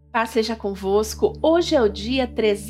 Paz seja convosco. Hoje é o dia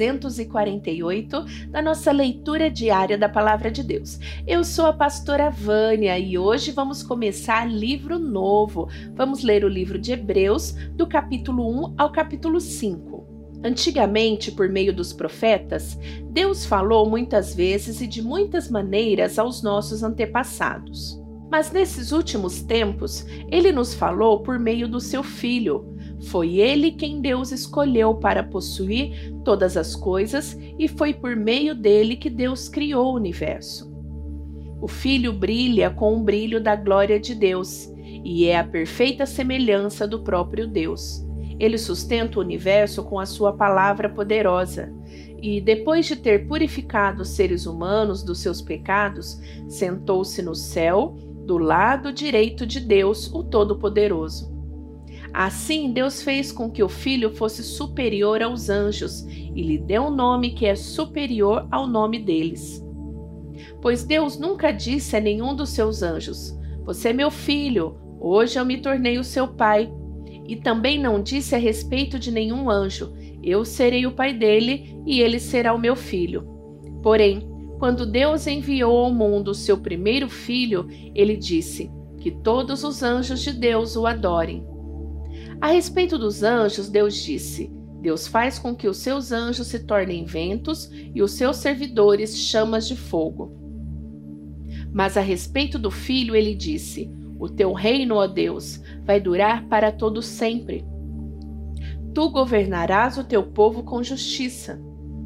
348 da nossa leitura diária da Palavra de Deus. Eu sou a pastora Vânia e hoje vamos começar livro novo. Vamos ler o livro de Hebreus, do capítulo 1 ao capítulo 5. Antigamente, por meio dos profetas, Deus falou muitas vezes e de muitas maneiras aos nossos antepassados. Mas nesses últimos tempos, Ele nos falou por meio do seu Filho. Foi Ele quem Deus escolheu para possuir todas as coisas e foi por meio dele que Deus criou o universo. O Filho brilha com o brilho da glória de Deus e é a perfeita semelhança do próprio Deus. Ele sustenta o universo com a sua palavra poderosa e, depois de ter purificado os seres humanos dos seus pecados, sentou-se no céu, do lado direito de Deus, o Todo-Poderoso. Assim, Deus fez com que o Filho fosse superior aos anjos e lhe deu um nome que é superior ao nome deles. Pois Deus nunca disse a nenhum dos seus anjos: "Você é meu filho, hoje eu me tornei o seu pai." E também não disse a respeito de nenhum anjo: "Eu serei o pai dele e ele será o meu filho." Porém, quando Deus enviou ao mundo o seu primeiro filho, ele disse que todos os anjos de Deus o adorem. A respeito dos anjos, Deus disse: Deus faz com que os seus anjos se tornem ventos e os seus servidores chamas de fogo. Mas a respeito do Filho, ele disse: o teu reino, ó Deus, vai durar para todo sempre. Tu governarás o teu povo com justiça.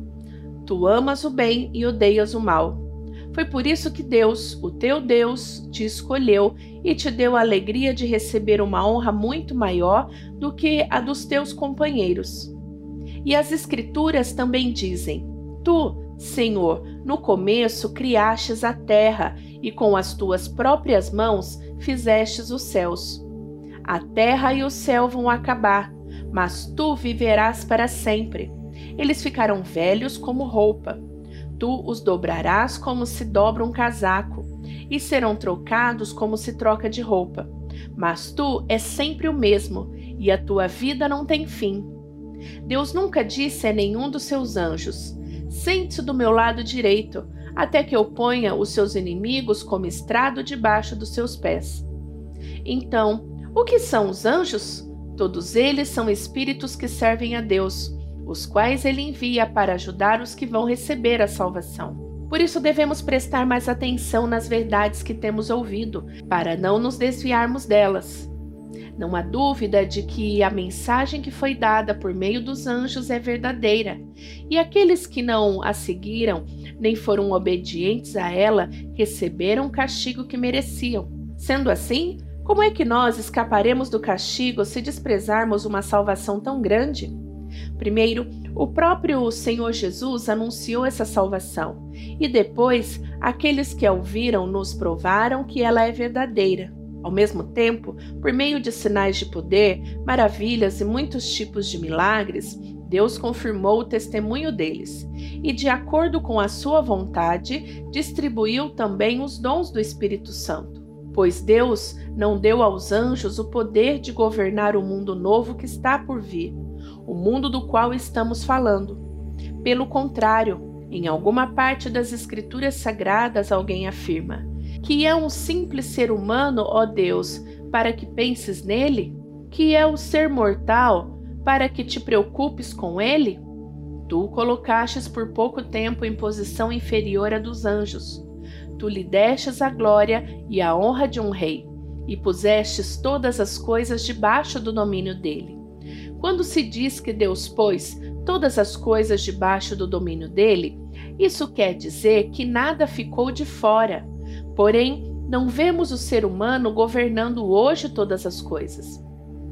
Tu amas o bem e odeias o mal. Foi por isso que Deus, o teu Deus, te escolheu e te deu a alegria de receber uma honra muito maior do que a dos teus companheiros. E as Escrituras também dizem: Tu, Senhor, no começo criastes a terra e com as tuas próprias mãos fizestes os céus. A terra e o céu vão acabar, mas tu viverás para sempre. Eles ficarão velhos como roupa. Tu os dobrarás como se dobra um casaco, e serão trocados como se troca de roupa. Mas tu és sempre o mesmo, e a tua vida não tem fim. Deus nunca disse a nenhum dos seus anjos: "Sente-se do meu lado direito, até que eu ponha os seus inimigos como estrado debaixo dos seus pés." Então, o que são os anjos? Todos eles são espíritos que servem a Deus, os quais ele envia para ajudar os que vão receber a salvação. Por isso devemos prestar mais atenção nas verdades que temos ouvido, para não nos desviarmos delas. Não há dúvida de que a mensagem que foi dada por meio dos anjos é verdadeira, e aqueles que não a seguiram, nem foram obedientes a ela, receberam o castigo que mereciam. Sendo assim, como é que nós escaparemos do castigo se desprezarmos uma salvação tão grande? Primeiro, o próprio Senhor Jesus anunciou essa salvação, e depois, aqueles que a ouviram nos provaram que ela é verdadeira. Ao mesmo tempo, por meio de sinais de poder, maravilhas e muitos tipos de milagres, Deus confirmou o testemunho deles, e de acordo com a sua vontade, distribuiu também os dons do Espírito Santo. Pois Deus não deu aos anjos o poder de governar o mundo novo que está por vir, o mundo do qual estamos falando. Pelo contrário, em alguma parte das Escrituras Sagradas alguém afirma: "Que é um simples ser humano, ó Deus, para que penses nele? Que é o ser mortal, para que te preocupes com ele? Tu o colocastes por pouco tempo em posição inferior à dos anjos. Tu lhe destes a glória e a honra de um rei, e pusestes todas as coisas debaixo do domínio dele." Quando se diz que Deus pôs todas as coisas debaixo do domínio dele, isso quer dizer que nada ficou de fora. Porém, não vemos o ser humano governando hoje todas as coisas.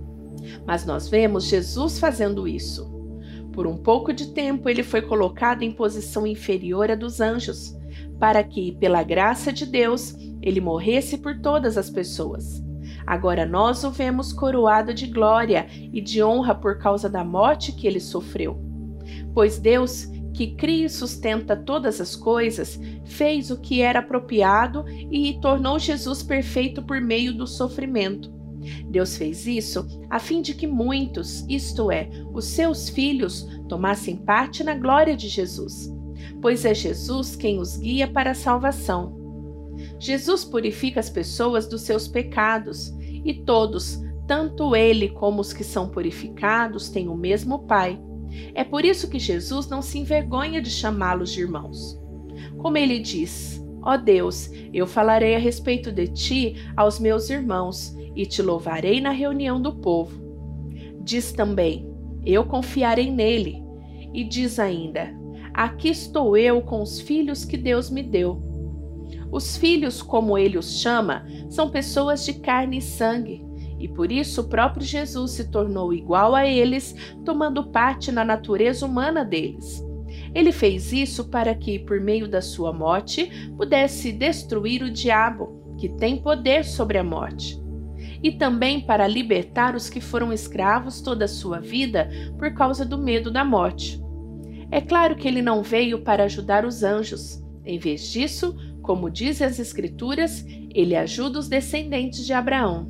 Mas nós vemos Jesus fazendo isso. Por um pouco de tempo, ele foi colocado em posição inferior à dos anjos, para que, pela graça de Deus, ele morresse por todas as pessoas. Agora nós o vemos coroado de glória e de honra por causa da morte que ele sofreu. Pois Deus, que cria e sustenta todas as coisas, fez o que era apropriado e tornou Jesus perfeito por meio do sofrimento. Deus fez isso a fim de que muitos, isto é, os seus filhos, tomassem parte na glória de Jesus, pois é Jesus quem os guia para a salvação. Jesus purifica as pessoas dos seus pecados, e todos, tanto ele como os que são purificados, têm o mesmo Pai. É por isso que Jesus não se envergonha de chamá-los de irmãos. Como ele diz: ó Deus, eu falarei a respeito de ti aos meus irmãos, e te louvarei na reunião do povo. Diz também: eu confiarei nele. E diz ainda: aqui estou eu com os filhos que Deus me deu. Os filhos, como ele os chama, são pessoas de carne e sangue, e por isso o próprio Jesus se tornou igual a eles, tomando parte na natureza humana deles. Ele fez isso para que, por meio da sua morte, pudesse destruir o diabo, que tem poder sobre a morte, e também para libertar os que foram escravos toda a sua vida por causa do medo da morte. É claro que ele não veio para ajudar os anjos. Em vez disso, como dizem as Escrituras, ele ajuda os descendentes de Abraão.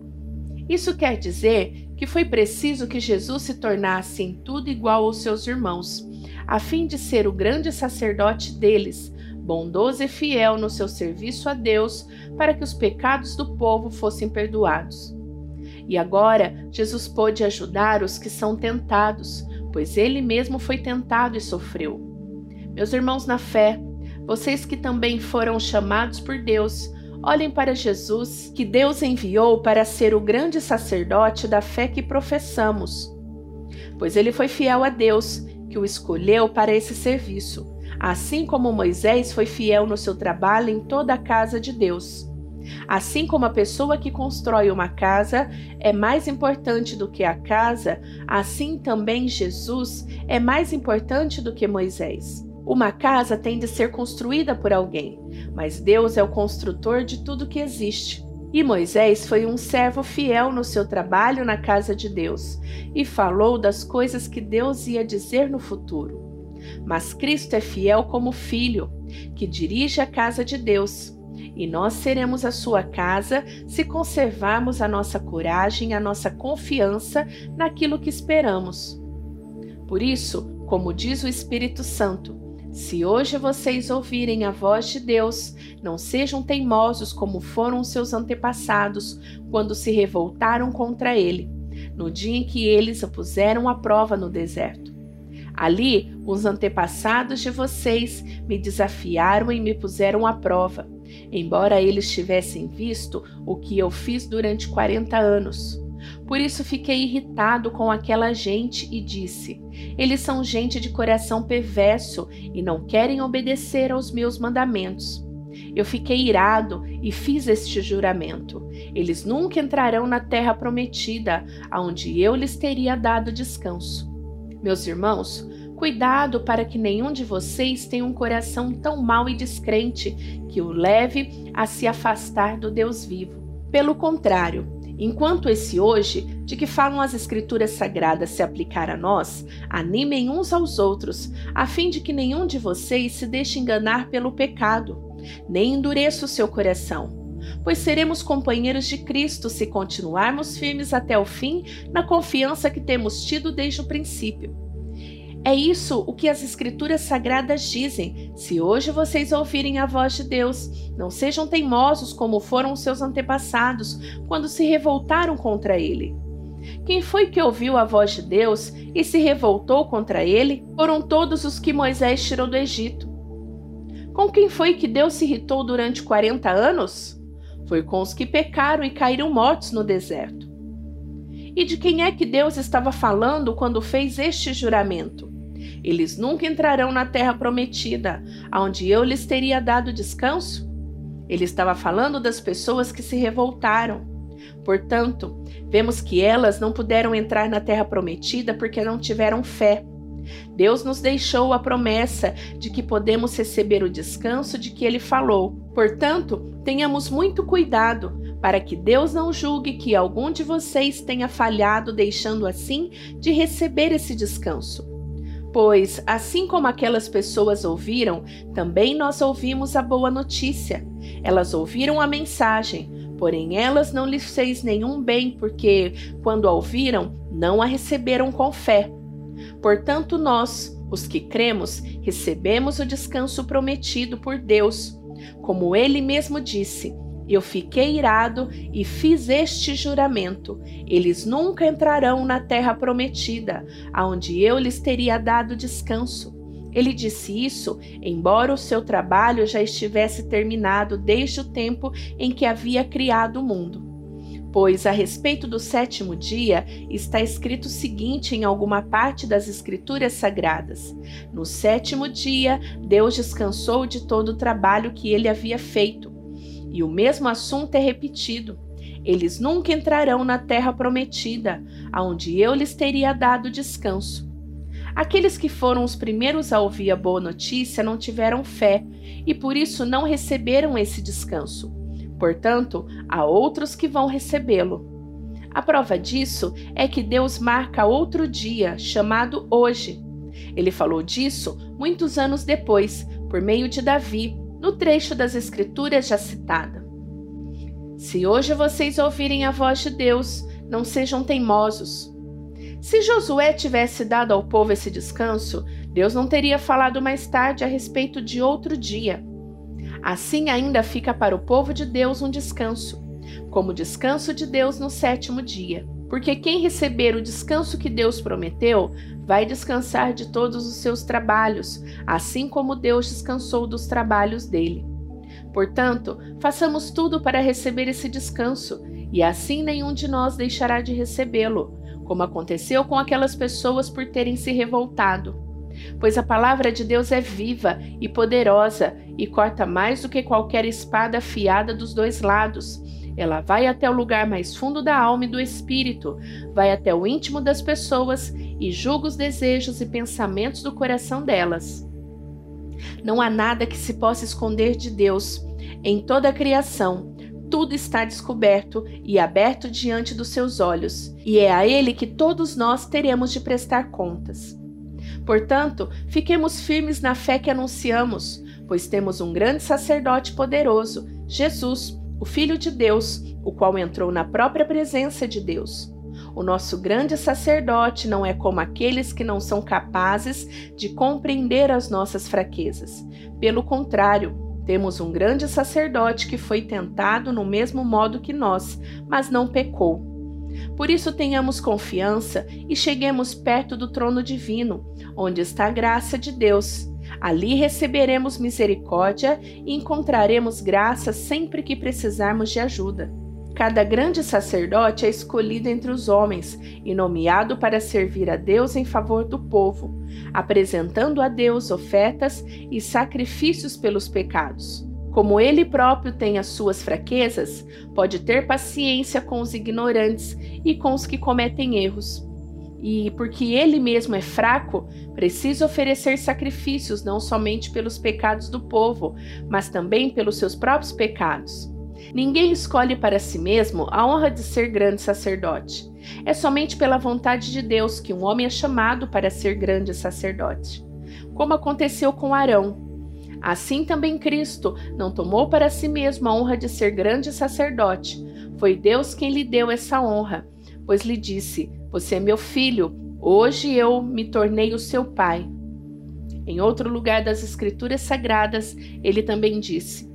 Isso quer dizer que foi preciso que Jesus se tornasse em tudo igual aos seus irmãos, a fim de ser o grande sacerdote deles, bondoso e fiel no seu serviço a Deus, para que os pecados do povo fossem perdoados. E agora, Jesus pôde ajudar os que são tentados, pois ele mesmo foi tentado e sofreu. Meus irmãos na fé, vocês que também foram chamados por Deus, olhem para Jesus, que Deus enviou para ser o grande sacerdote da fé que professamos. Pois ele foi fiel a Deus, que o escolheu para esse serviço, assim como Moisés foi fiel no seu trabalho em toda a casa de Deus. Assim como a pessoa que constrói uma casa é mais importante do que a casa, assim também Jesus é mais importante do que Moisés. Uma casa tem de ser construída por alguém, mas Deus é o construtor de tudo que existe. E Moisés foi um servo fiel no seu trabalho na casa de Deus e falou das coisas que Deus ia dizer no futuro. Mas Cristo é fiel como filho, que dirige a casa de Deus. E nós seremos a sua casa se conservarmos a nossa coragem, a nossa confiança naquilo que esperamos. Por isso, como diz o Espírito Santo, se hoje vocês ouvirem a voz de Deus, não sejam teimosos como foram seus antepassados quando se revoltaram contra ele, no dia em que eles o puseram à prova no deserto. Ali, os antepassados de vocês me desafiaram e me puseram à prova, embora eles tivessem visto o que eu fiz durante 40 anos. Por isso fiquei irritado com aquela gente e disse: eles são gente de coração perverso e não querem obedecer aos meus mandamentos. Eu fiquei irado e fiz este juramento: eles nunca entrarão na terra prometida, aonde eu lhes teria dado descanso. Meus irmãos, cuidado para que nenhum de vocês tenha um coração tão mau e descrente que o leve a se afastar do Deus vivo. Pelo contrário, enquanto esse hoje, de que falam as Escrituras Sagradas, se aplicar a nós, animem uns aos outros, a fim de que nenhum de vocês se deixe enganar pelo pecado, nem endureça o seu coração, pois seremos companheiros de Cristo se continuarmos firmes até o fim na confiança que temos tido desde o princípio. É isso o que as Escrituras Sagradas dizem: se hoje vocês ouvirem a voz de Deus, não sejam teimosos como foram os seus antepassados quando se revoltaram contra ele. Quem foi que ouviu a voz de Deus e se revoltou contra ele? Foram todos os que Moisés tirou do Egito. Com quem foi que Deus se irritou durante 40 anos? Foi com os que pecaram e caíram mortos no deserto. E de quem é que Deus estava falando quando fez este juramento? Eles nunca entrarão na terra prometida, aonde eu lhes teria dado descanso? Ele estava falando das pessoas que se revoltaram. Portanto, vemos que elas não puderam entrar na terra prometida porque não tiveram fé. Deus nos deixou a promessa de que podemos receber o descanso de que ele falou. Portanto, tenhamos muito cuidado para que Deus não julgue que algum de vocês tenha falhado, deixando assim de receber esse descanso. Pois, assim como aquelas pessoas ouviram, também nós ouvimos a boa notícia. Elas ouviram a mensagem, Porém elas não lhes fez nenhum bem, porque, quando a ouviram, não a receberam com fé. Portanto, nós, os que cremos, recebemos o descanso prometido por Deus. Como ele mesmo disse: eu fiquei irado e fiz este juramento: eles nunca entrarão na terra prometida, aonde eu lhes teria dado descanso. Ele disse isso, embora o seu trabalho já estivesse terminado desde o tempo em que havia criado o mundo. Pois a respeito do sétimo dia está escrito o seguinte em alguma parte das Escrituras Sagradas: no sétimo dia, Deus descansou de todo o trabalho que ele havia feito. E o mesmo assunto é repetido: eles nunca entrarão na terra prometida, aonde eu lhes teria dado descanso. Aqueles que foram os primeiros a ouvir a boa notícia não tiveram fé e por isso não receberam esse descanso. Portanto, há outros que vão recebê-lo. A prova disso é que Deus marca outro dia, chamado hoje. Ele falou disso muitos anos depois, por meio de Davi, no trecho das Escrituras já citada. Se hoje vocês ouvirem a voz de Deus, não sejam teimosos. Se Josué tivesse dado ao povo esse descanso, Deus não teria falado mais tarde a respeito de outro dia. Assim ainda fica para o povo de Deus um descanso, como o descanso de Deus no sétimo dia. Porque quem receber o descanso que Deus prometeu, vai descansar de todos os seus trabalhos, assim como Deus descansou dos trabalhos dele. Portanto, façamos tudo para receber esse descanso, e assim nenhum de nós deixará de recebê-lo, como aconteceu com aquelas pessoas por terem se revoltado. Pois a palavra de Deus é viva e poderosa e corta mais do que qualquer espada afiada dos dois lados. Ela vai até o lugar mais fundo da alma e do espírito, vai até o íntimo das pessoas e julga os desejos e pensamentos do coração delas. Não há nada que se possa esconder de Deus. Em toda a criação, tudo está descoberto e aberto diante dos seus olhos, e é a Ele que todos nós teremos de prestar contas. Portanto, fiquemos firmes na fé que anunciamos, pois temos um grande sacerdote poderoso, Jesus, o Filho de Deus, o qual entrou na própria presença de Deus. O nosso grande sacerdote não é como aqueles que não são capazes de compreender as nossas fraquezas. Pelo contrário, temos um grande sacerdote que foi tentado no mesmo modo que nós, mas não pecou. Por isso tenhamos confiança e cheguemos perto do trono divino, onde está a graça de Deus. Ali receberemos misericórdia e encontraremos graça sempre que precisarmos de ajuda. Cada grande sacerdote é escolhido entre os homens e nomeado para servir a Deus em favor do povo, apresentando a Deus ofertas e sacrifícios pelos pecados. Como ele próprio tem as suas fraquezas, pode ter paciência com os ignorantes e com os que cometem erros. E, porque ele mesmo é fraco, precisa oferecer sacrifícios não somente pelos pecados do povo, mas também pelos seus próprios pecados. Ninguém escolhe para si mesmo a honra de ser grande sacerdote. É somente pela vontade de Deus que um homem é chamado para ser grande sacerdote, como aconteceu com Arão. Assim também Cristo não tomou para si mesmo a honra de ser grande sacerdote. Foi Deus quem lhe deu essa honra, pois lhe disse: "Você é meu filho, hoje eu me tornei o seu pai." Em outro lugar das Escrituras Sagradas, ele também disse: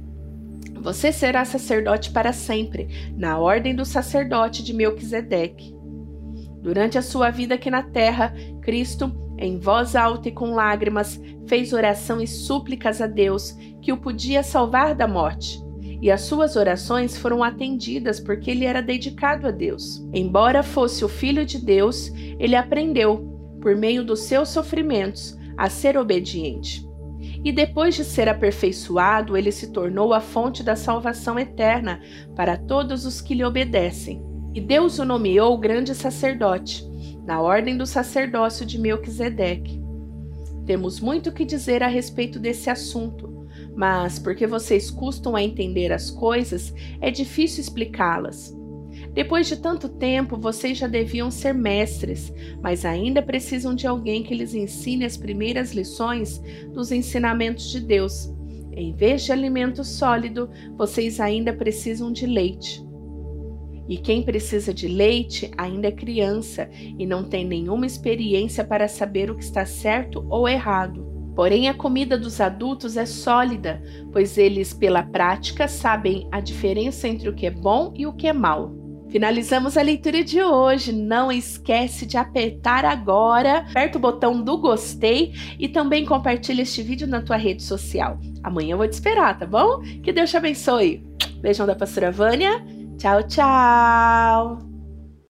"Você será sacerdote para sempre, na ordem do sacerdote de Melquisedeque." Durante a sua vida aqui na terra, Cristo, em voz alta e com lágrimas, fez oração e súplicas a Deus, que o podia salvar da morte. E as suas orações foram atendidas porque ele era dedicado a Deus. Embora fosse o Filho de Deus, ele aprendeu, por meio dos seus sofrimentos, a ser obediente. E depois de ser aperfeiçoado, ele se tornou a fonte da salvação eterna para todos os que lhe obedecem. E Deus o nomeou grande sacerdote, na ordem do sacerdócio de Melquisedeque. Temos muito que dizer a respeito desse assunto, mas porque vocês custam a entender as coisas, é difícil explicá-las. Depois de tanto tempo, vocês já deviam ser mestres, mas ainda precisam de alguém que lhes ensine as primeiras lições dos ensinamentos de Deus. Em vez de alimento sólido, vocês ainda precisam de leite. E quem precisa de leite ainda é criança e não tem nenhuma experiência para saber o que está certo ou errado. Porém, a comida dos adultos é sólida, pois eles, pela prática, sabem a diferença entre o que é bom e o que é mal. Finalizamos a leitura de hoje. Não esquece de apertar agora, aperta o botão do gostei e também compartilha este vídeo na tua rede social. Amanhã eu vou te esperar, tá bom? Que Deus te abençoe. Beijão da pastora Vânia. Tchau, tchau!